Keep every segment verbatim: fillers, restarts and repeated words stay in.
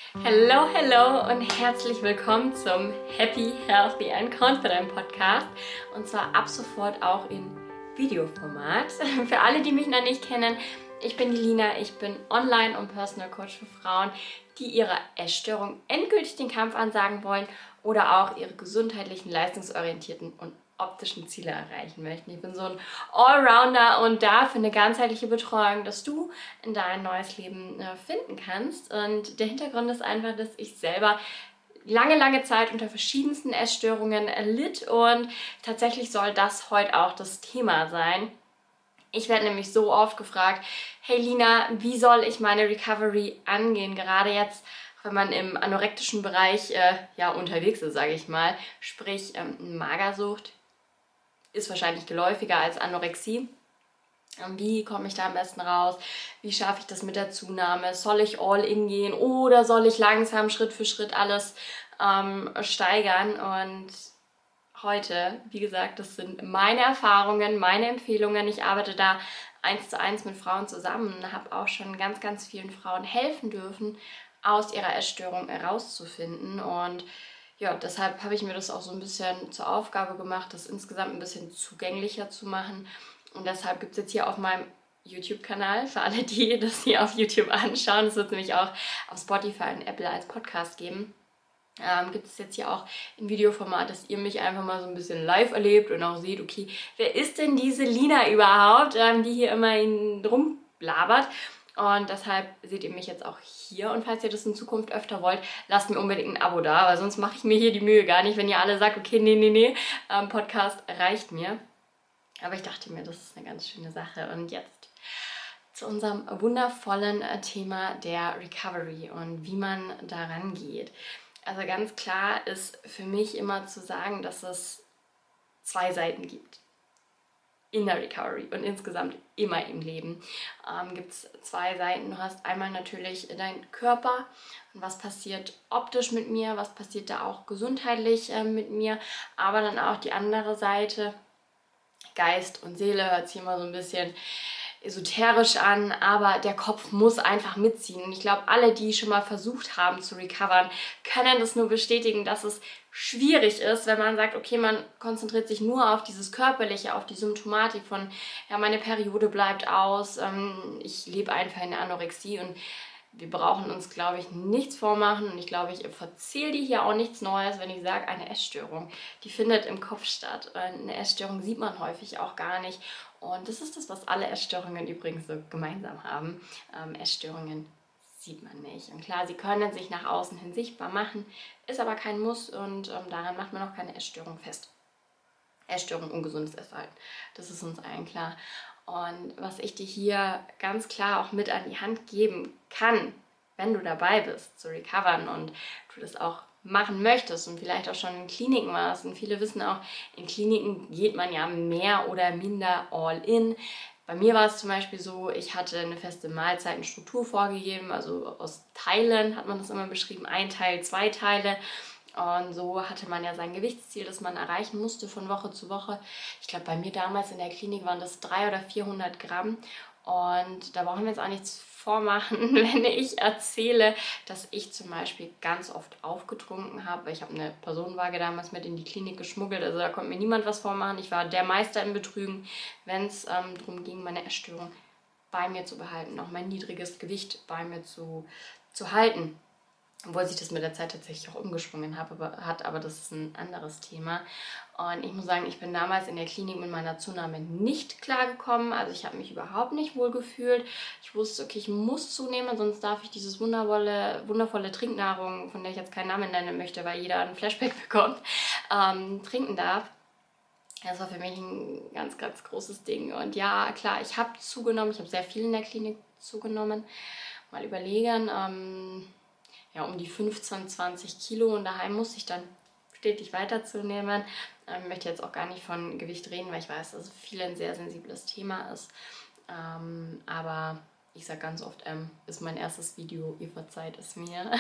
Hello, hello und herzlich willkommen zum Happy, Healthy and Confident Podcast und zwar ab sofort auch in Videoformat. Für alle, die mich noch nicht kennen, ich bin die Lina, ich bin Online- und Personal Coach für Frauen, die ihrer Essstörung endgültig den Kampf ansagen wollen oder auch ihre gesundheitlichen, leistungsorientierten und optischen Ziele erreichen möchten. Ich bin so ein Allrounder und da für eine ganzheitliche Betreuung, dass du in dein neues Leben äh, finden kannst. Und der Hintergrund ist einfach, dass ich selber lange, lange Zeit unter verschiedensten Essstörungen litt und tatsächlich soll das heute auch das Thema sein. Ich werde nämlich so oft gefragt, hey Lina, wie soll ich meine Recovery angehen? Gerade jetzt, wenn man im anorektischen Bereich äh, ja, unterwegs ist, sage ich mal, sprich ähm, Magersucht, ist wahrscheinlich geläufiger als Anorexie. Wie komme ich da am besten raus? Wie schaffe ich das mit der Zunahme? Soll ich all in gehen oder soll ich langsam Schritt für Schritt alles ähm, steigern? Und heute, wie gesagt, das sind meine Erfahrungen, meine Empfehlungen. Ich arbeite da eins zu eins mit Frauen zusammen und habe auch schon ganz, ganz vielen Frauen helfen dürfen, aus ihrer Essstörung herauszufinden. Und ja, deshalb habe ich mir das auch so ein bisschen zur Aufgabe gemacht, das insgesamt ein bisschen zugänglicher zu machen. Und deshalb gibt es jetzt hier auf meinem YouTube-Kanal, für alle, die das hier auf YouTube anschauen, es wird nämlich auch auf Spotify und Apple als Podcast geben, ähm, gibt es jetzt hier auch im Videoformat, dass ihr mich einfach mal so ein bisschen live erlebt und auch seht, okay, wer ist denn diese Lina überhaupt, ähm, die hier immer rumblabert. Und deshalb seht ihr mich jetzt auch hier. Und falls ihr das in Zukunft öfter wollt, lasst mir unbedingt ein Abo da, weil sonst mache ich mir hier die Mühe gar nicht, wenn ihr alle sagt, okay, nee, nee, nee, ähm, Podcast reicht mir. Aber ich dachte mir, das ist eine ganz schöne Sache. Und jetzt zu unserem wundervollen Thema der Recovery und wie man daran geht. Also ganz klar ist für mich immer zu sagen, dass es zwei Seiten gibt in der Recovery und insgesamt immer im Leben ähm, gibt es zwei Seiten. Du hast einmal natürlich deinen Körper und was passiert optisch mit mir, was passiert da auch gesundheitlich äh, mit mir, aber dann auch die andere Seite, Geist und Seele, hört sich immer so ein bisschen esoterisch an, aber der Kopf muss einfach mitziehen. Und ich glaube, alle, die schon mal versucht haben zu recovern, können das nur bestätigen, dass es schwierig ist, wenn man sagt, okay, man konzentriert sich nur auf dieses Körperliche, auf die Symptomatik von, ja, meine Periode bleibt aus, ähm, ich lebe einfach in der Anorexie und wir brauchen uns, glaube ich, nichts vormachen und ich glaube, ich verzähle dir hier auch nichts Neues, wenn ich sage, eine Essstörung, die findet im Kopf statt. Eine Essstörung sieht man häufig auch gar nicht und das ist das, was alle Essstörungen übrigens so gemeinsam haben. Ähm, Essstörungen sieht man nicht. Und klar, sie können sich nach außen hin sichtbar machen, ist aber kein Muss und ähm, daran macht man auch keine Essstörung fest. Essstörung, ungesundes Essverhalten, das ist uns allen klar. Und was ich dir hier ganz klar auch mit an die Hand geben kann, wenn du dabei bist zu recovern und du das auch machen möchtest und vielleicht auch schon in Kliniken warst. Und viele wissen auch, in Kliniken geht man ja mehr oder minder all in. Bei mir war es zum Beispiel so, ich hatte eine feste Mahlzeitenstruktur vorgegeben, also aus Teilen hat man das immer beschrieben, ein Teil, zwei Teile. Und so hatte man ja sein Gewichtsziel, das man erreichen musste von Woche zu Woche. Ich glaube, bei mir damals in der Klinik waren das dreihundert oder vierhundert Gramm. Und da brauchen wir jetzt auch nichts vormachen, wenn ich erzähle, dass ich zum Beispiel ganz oft aufgetrunken habe. Ich habe eine Personenwaage damals mit in die Klinik geschmuggelt, also da konnte mir niemand was vormachen. Ich war der Meister im Betrügen, wenn es ähm, darum ging, meine Essstörung bei mir zu behalten, auch mein niedriges Gewicht bei mir zu, zu halten. Obwohl sich das mit der Zeit tatsächlich auch umgeschwungen hat aber, hat, aber das ist ein anderes Thema. Und ich muss sagen, ich bin damals in der Klinik mit meiner Zunahme nicht klargekommen. Also ich habe mich überhaupt nicht wohl gefühlt. Ich wusste, okay, ich muss zunehmen, sonst darf ich dieses wundervolle, wundervolle Trinknahrung, von der ich jetzt keinen Namen nennen möchte, weil jeder einen Flashback bekommt, ähm, trinken darf. Das war für mich ein ganz, ganz großes Ding. Und ja, klar, ich habe zugenommen. Ich habe sehr viel in der Klinik zugenommen. Mal überlegen, ähm, ja, um die fünfzehn, zwanzig Kilo und daheim musste ich dann stetig weiterzunehmen. Ich ähm, möchte jetzt auch gar nicht von Gewicht reden, weil ich weiß, dass viel ein sehr sensibles Thema ist. Ähm, aber ich sage ganz oft, ähm, ist mein erstes Video, ihr verzeiht es mir.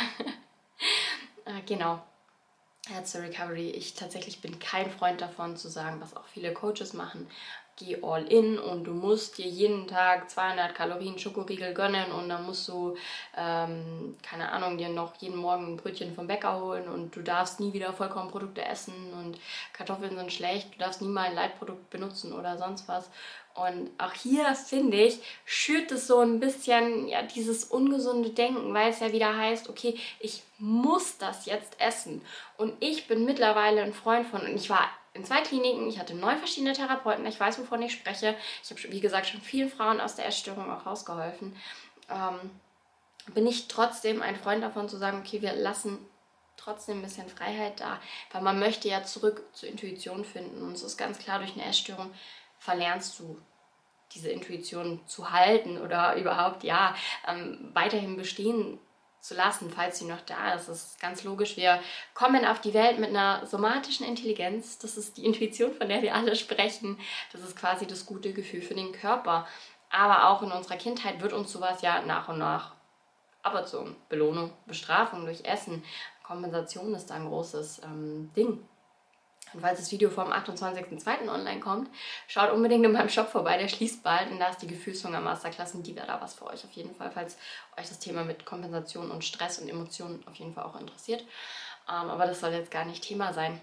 äh, genau. Ja, zur Recovery. Ich tatsächlich bin kein Freund davon zu sagen, was auch viele Coaches machen. geh all in und du musst dir jeden Tag zweihundert Kalorien Schokoriegel gönnen und dann musst du, ähm, keine Ahnung, dir noch jeden Morgen ein Brötchen vom Bäcker holen und du darfst nie wieder Vollkornprodukte essen und Kartoffeln sind schlecht, du darfst nie mal ein Leitprodukt benutzen oder sonst was. Und auch hier, finde ich, schürt es so ein bisschen ja, dieses ungesunde Denken, weil es ja wieder heißt, okay, ich muss das jetzt essen. Und ich bin mittlerweile ein Freund von, und ich war in zwei Kliniken, ich hatte neun verschiedene Therapeuten, ich weiß, wovon ich spreche. Ich habe, wie gesagt, schon vielen Frauen aus der Essstörung auch rausgeholfen. Ähm, bin ich trotzdem ein Freund davon zu sagen, okay, wir lassen trotzdem ein bisschen Freiheit da, weil man möchte ja zurück zur Intuition finden. Und es ist ganz klar, durch eine Essstörung verlernst du diese Intuition zu halten oder überhaupt, ja, ähm, weiterhin bestehen zu lassen, falls sie noch da ist. Das ist ganz logisch. Wir kommen auf die Welt mit einer somatischen Intelligenz. Das ist die Intuition, von der wir alle sprechen. Das ist quasi das gute Gefühl für den Körper. Aber auch in unserer Kindheit wird uns sowas ja nach und nach aberzogen. Belohnung, Bestrafung durch Essen, Kompensation ist da ein großes ähm, Ding. Und falls das Video vom achtundzwanzigsten zweiten online kommt, schaut unbedingt in meinem Shop vorbei, der schließt bald und da ist die Gefühlshunger Masterclass und die wäre da was für euch auf jeden Fall, falls euch das Thema mit Kompensation und Stress und Emotionen auf jeden Fall auch interessiert. Ähm, aber das soll jetzt gar nicht Thema sein.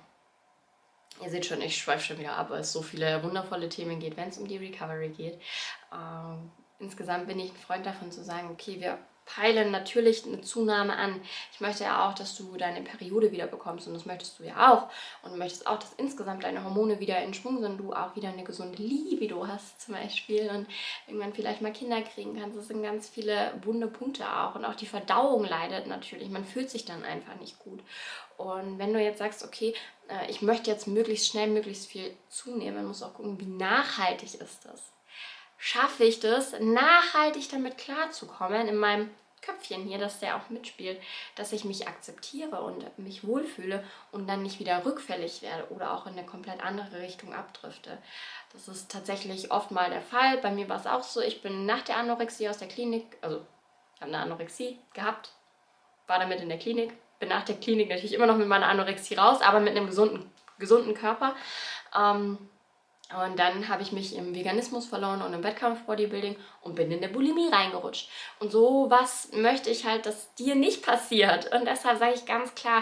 Ihr seht schon, ich schweife schon wieder ab, weil es so viele wundervolle Themen geht, wenn es um die Recovery geht. Ähm, insgesamt bin ich ein Freund davon zu sagen, okay, wir peilen natürlich eine Zunahme an. Ich möchte ja auch, dass du deine Periode wieder bekommst und das möchtest du ja auch. Und du möchtest auch, dass insgesamt deine Hormone wieder in Schwung sind, du auch wieder eine gesunde Libido hast zum Beispiel und irgendwann vielleicht mal Kinder kriegen kannst. Das sind ganz viele wunde Punkte auch. Und auch die Verdauung leidet natürlich. Man fühlt sich dann einfach nicht gut. Und wenn du jetzt sagst, okay, ich möchte jetzt möglichst schnell, möglichst viel zunehmen, musst du auch gucken, wie nachhaltig ist das. Schaffe ich das, nachhaltig damit klarzukommen in meinem Köpfchen hier, dass der auch mitspielt, dass ich mich akzeptiere und mich wohlfühle und dann nicht wieder rückfällig werde oder auch in eine komplett andere Richtung abdrifte. Das ist tatsächlich oft mal der Fall. Bei mir war es auch so, ich bin nach der Anorexie aus der Klinik, also ich habe eine Anorexie gehabt, war damit in der Klinik, bin nach der Klinik natürlich immer noch mit meiner Anorexie raus, aber mit einem gesunden, gesunden Körper. Ähm, Und dann habe ich mich im Veganismus verloren und im Wettkampf-Bodybuilding und bin in der Bulimie reingerutscht. Und so was möchte ich halt, dass dir nicht passiert. Und deshalb sage ich ganz klar,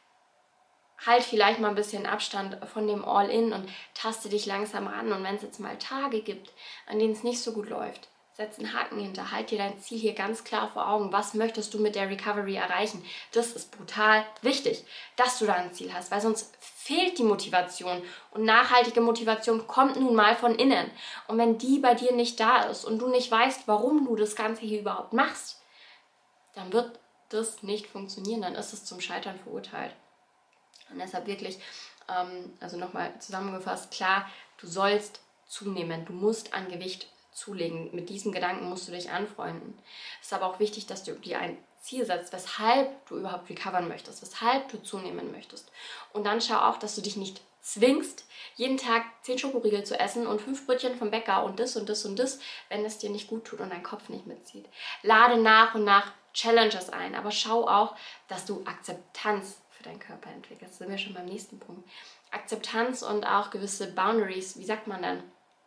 halt vielleicht mal ein bisschen Abstand von dem All-In und taste dich langsam ran. Und wenn es jetzt mal Tage gibt, an denen es nicht so gut läuft, setz einen Haken hinter, halt dir dein Ziel hier ganz klar vor Augen. Was möchtest du mit der Recovery erreichen? Das ist brutal wichtig, dass du da ein Ziel hast, weil sonst fehlt die Motivation. Und nachhaltige Motivation kommt nun mal von innen. Und wenn die bei dir nicht da ist und du nicht weißt, warum du das Ganze hier überhaupt machst, dann wird das nicht funktionieren. Dann ist es zum Scheitern verurteilt. Und deshalb wirklich, ähm, also nochmal zusammengefasst, klar, du sollst zunehmen. Du musst an Gewicht zulegen. Mit diesem Gedanken musst du dich anfreunden. Es ist aber auch wichtig, dass du dir ein Ziel setzt, weshalb du überhaupt recovern möchtest, weshalb du zunehmen möchtest. Und dann schau auch, dass du dich nicht zwingst, jeden Tag zehn Schokoriegel zu essen und fünf Brötchen vom Bäcker und das und das und das, wenn es dir nicht gut tut und dein Kopf nicht mitzieht. Lade nach und nach Challenges ein, aber schau auch, dass du Akzeptanz für deinen Körper entwickelst. Da sind wir schon beim nächsten Punkt. Akzeptanz und auch gewisse Boundaries, wie sagt man denn?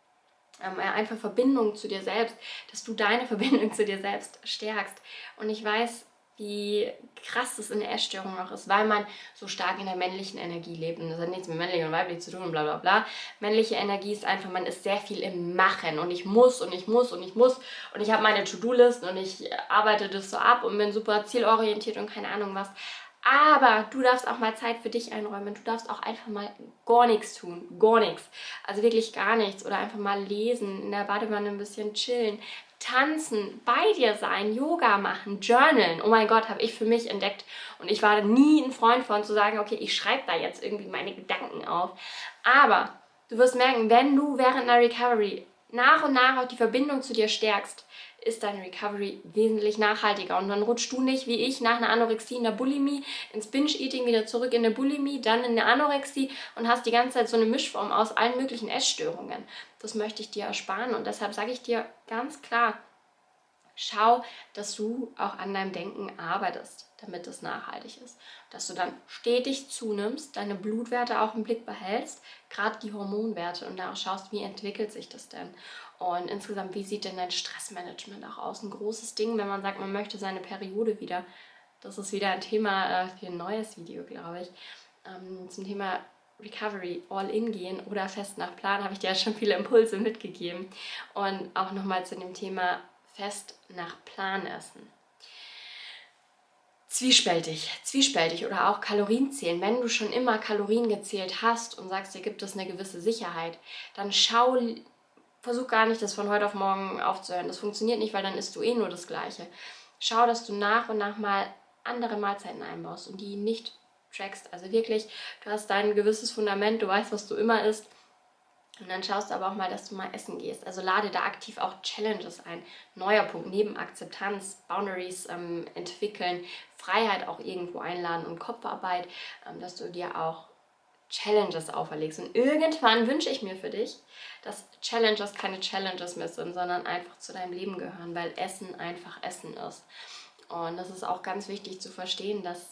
Ähm, einfach Verbindung zu dir selbst, dass du deine Verbindung zu dir selbst stärkst. Und ich weiß, wie krass das in der Essstörung auch ist, weil man so stark in der männlichen Energie lebt. Und das hat nichts mit männlich und weiblich zu tun und bla bla bla. Männliche Energie ist einfach, man ist sehr viel im Machen und ich muss und ich muss und ich muss und ich habe meine To-Do-List und ich arbeite das so ab und bin super zielorientiert und keine Ahnung was. Aber du darfst auch mal Zeit für dich einräumen. Du darfst auch einfach mal gar nichts tun. Gar nichts. Also wirklich gar nichts. Oder einfach mal lesen, in der Badewanne ein bisschen chillen, tanzen, bei dir sein, Yoga machen, journalen. Oh mein Gott, habe ich für mich entdeckt. Und ich war nie ein Freund von zu sagen, okay, ich schreibe da jetzt irgendwie meine Gedanken auf. Aber du wirst merken, wenn du während einer Recovery nach und nach auch die Verbindung zu dir stärkst, ist deine Recovery wesentlich nachhaltiger. Und dann rutschst du nicht, wie ich, nach einer Anorexie in der Bulimie, ins Binge-Eating wieder zurück in der Bulimie, dann in der Anorexie und hast die ganze Zeit so eine Mischform aus allen möglichen Essstörungen. Das möchte ich dir ersparen und deshalb sage ich dir ganz klar, schau, dass du auch an deinem Denken arbeitest. damit es nachhaltig ist. Dass du dann stetig zunimmst, deine Blutwerte auch im Blick behältst, gerade die Hormonwerte und da auch schaust, wie entwickelt sich das denn. Und insgesamt, wie sieht denn dein Stressmanagement auch aus? Ein großes Ding, wenn man sagt, man möchte seine Periode wieder. Das ist wieder ein Thema äh, für ein neues Video, glaube ich. Ähm, zum Thema Recovery, All-In gehen oder fest nach Plan, habe ich dir ja schon viele Impulse mitgegeben. Und auch nochmal zu dem Thema fest nach Plan essen. Zwiespältig, zwiespältig oder auch Kalorien zählen. Wenn du schon immer Kalorien gezählt hast und sagst, dir gibt es eine gewisse Sicherheit, dann schau, versuch gar nicht, das von heute auf morgen aufzuhören. Das funktioniert nicht, weil dann isst du eh nur das Gleiche. Schau, dass du nach und nach mal andere Mahlzeiten einbaust und die nicht trackst. Also wirklich, du hast dein gewisses Fundament, du weißt, was du immer isst. Und dann schaust du aber auch mal, dass du mal essen gehst. Also lade da aktiv auch Challenges ein. Neuer Punkt, neben Akzeptanz, Boundaries ähm, entwickeln, Freiheit auch irgendwo einladen und Kopfarbeit, ähm, dass du dir auch Challenges auferlegst. Und irgendwann wünsche ich mir für dich, dass Challenges keine Challenges mehr sind, sondern einfach zu deinem Leben gehören, weil Essen einfach Essen ist. Und das ist auch ganz wichtig zu verstehen, dass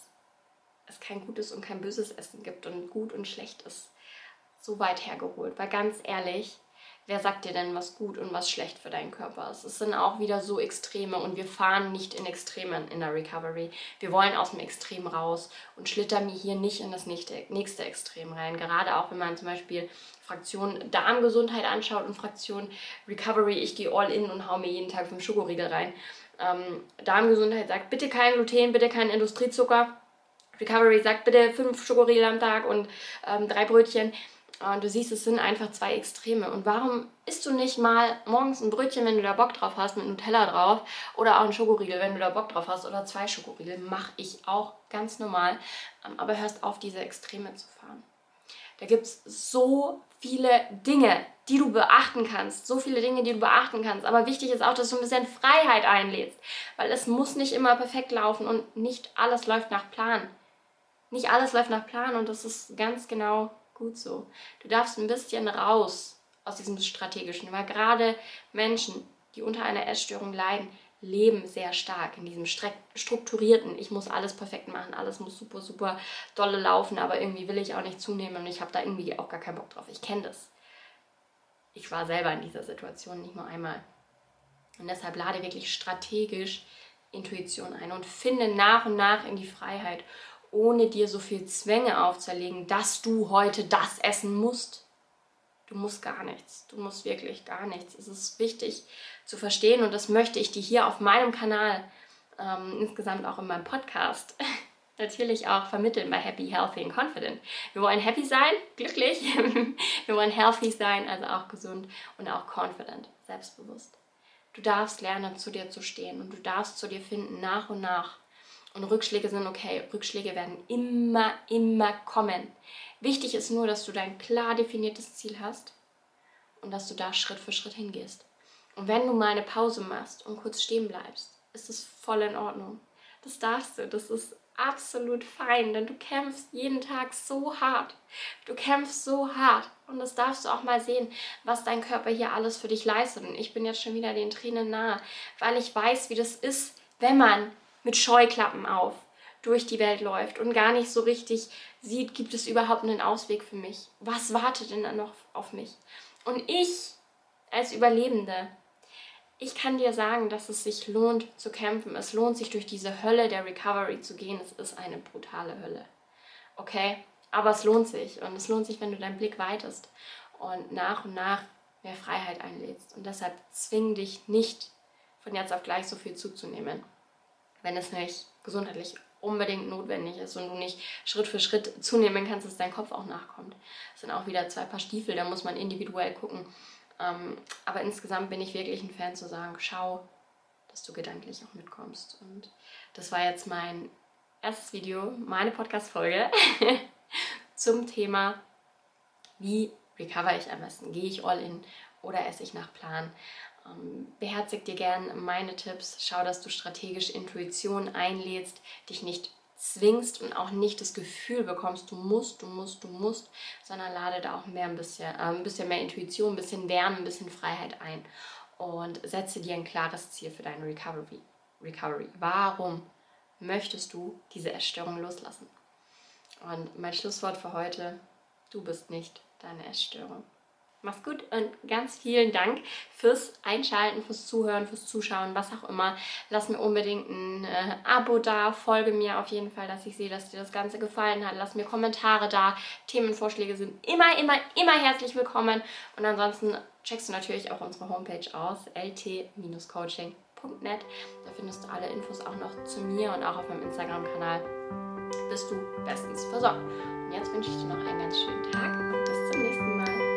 es kein gutes und kein böses Essen gibt und gut und schlecht ist so weit hergeholt. Weil ganz ehrlich, wer sagt dir denn, was gut und was schlecht für deinen Körper ist? Es sind auch wieder so Extreme und wir fahren nicht in Extremen in der Recovery. Wir wollen aus dem Extrem raus und schlittern mir hier nicht in das nächste Extrem rein. Gerade auch, wenn man zum Beispiel Fraktion Darmgesundheit anschaut und Fraktion Recovery, ich gehe all in und hau mir jeden Tag fünf Schokoriegel rein. Ähm, Darmgesundheit sagt, bitte kein Gluten, bitte kein Industriezucker. Recovery sagt, bitte fünf Schokoriegel am Tag und ähm, drei Brötchen. Und du siehst, es sind einfach zwei Extreme. Und warum isst du nicht mal morgens ein Brötchen, wenn du da Bock drauf hast, mit Nutella drauf, oder auch einen Schokoriegel, wenn du da Bock drauf hast, oder zwei Schokoriegel? Mache ich auch ganz normal. Aber hörst auf, diese Extreme zu fahren. Da gibt es so viele Dinge, die du beachten kannst. So viele Dinge, die du beachten kannst. Aber wichtig ist auch, dass du ein bisschen Freiheit einlädst. Weil es muss nicht immer perfekt laufen und nicht alles läuft nach Plan. Nicht alles läuft nach Plan und das ist ganz genau gut so. Du darfst ein bisschen raus aus diesem Strategischen, weil gerade Menschen, die unter einer Essstörung leiden, leben sehr stark in diesem strukturierten, ich muss alles perfekt machen, alles muss super, super dolle laufen, aber irgendwie will ich auch nicht zunehmen und ich habe da irgendwie auch gar keinen Bock drauf. Ich kenne das. Ich war selber in dieser Situation nicht nur einmal. Und deshalb lade wirklich strategisch Intuition ein und finde nach und nach in die Freiheit, ohne dir so viel Zwänge aufzuerlegen, dass du heute das essen musst. Du musst gar nichts. Du musst wirklich gar nichts. Es ist wichtig zu verstehen und das möchte ich dir hier auf meinem Kanal, ähm, insgesamt auch in meinem Podcast, natürlich auch vermitteln bei Happy, Healthy and Confident. Wir wollen happy sein, glücklich. Wir wollen healthy sein, also auch gesund und auch confident, selbstbewusst. Du darfst lernen, zu dir zu stehen und du darfst zu dir finden, nach und nach. Und Rückschläge sind okay. Rückschläge werden immer, immer kommen. Wichtig ist nur, dass du dein klar definiertes Ziel hast und dass du da Schritt für Schritt hingehst. Und wenn du mal eine Pause machst und kurz stehen bleibst, ist es voll in Ordnung. Das darfst du. Das ist absolut fein, denn du kämpfst jeden Tag so hart. Du kämpfst so hart. Und das darfst du auch mal sehen, was dein Körper hier alles für dich leistet. Und ich bin jetzt schon wieder den Tränen nahe, weil ich weiß, wie das ist, wenn man mit Scheuklappen auf durch die Welt läuft und gar nicht so richtig sieht, gibt es überhaupt einen Ausweg für mich? Was wartet denn dann noch auf mich? Und ich als Überlebende, ich kann dir sagen, dass es sich lohnt zu kämpfen. Es lohnt sich, durch diese Hölle der Recovery zu gehen. Es ist eine brutale Hölle. Okay? Aber es lohnt sich. Und es lohnt sich, wenn du deinen Blick weitest und nach und nach mehr Freiheit einlädst. Und deshalb zwing dich nicht, von jetzt auf gleich so viel zuzunehmen, wenn es nicht gesundheitlich unbedingt notwendig ist und du nicht Schritt für Schritt zunehmen kannst, dass dein Kopf auch nachkommt. Das sind auch wieder zwei Paar Stiefel, da muss man individuell gucken. Ähm, aber insgesamt bin ich wirklich ein Fan zu sagen, schau, dass du gedanklich auch mitkommst. Und das war jetzt mein erstes Video, meine Podcast-Folge zum Thema, wie recover ich am besten? Gehe ich all in oder esse ich nach Plan? Ähm, beherzig dir gern meine Tipps, schau, dass du strategisch Intuition einlädst, dich nicht zwingst und auch nicht das Gefühl bekommst, du musst, du musst, du musst, sondern lade da auch mehr ein bisschen, äh, ein bisschen mehr Intuition, ein bisschen Wärme, ein bisschen Freiheit ein und setze dir ein klares Ziel für deine Recovery. Recovery. Warum möchtest du diese Essstörung loslassen? Und mein Schlusswort für heute: Du bist nicht deine Essstörung. Mach's gut und ganz vielen Dank fürs Einschalten, fürs Zuhören, fürs Zuschauen, was auch immer. Lass mir unbedingt ein äh, Abo da, folge mir auf jeden Fall, dass ich sehe, dass dir das Ganze gefallen hat. Lass mir Kommentare da, Themenvorschläge sind immer, immer, immer herzlich willkommen. Und ansonsten checkst du natürlich auch unsere Homepage aus, l t coaching punkt net. Da findest du alle Infos auch noch zu mir und auch auf meinem Instagram-Kanal bist du bestens versorgt. Und jetzt wünsche ich dir noch einen ganz schönen Tag und bis zum nächsten Mal.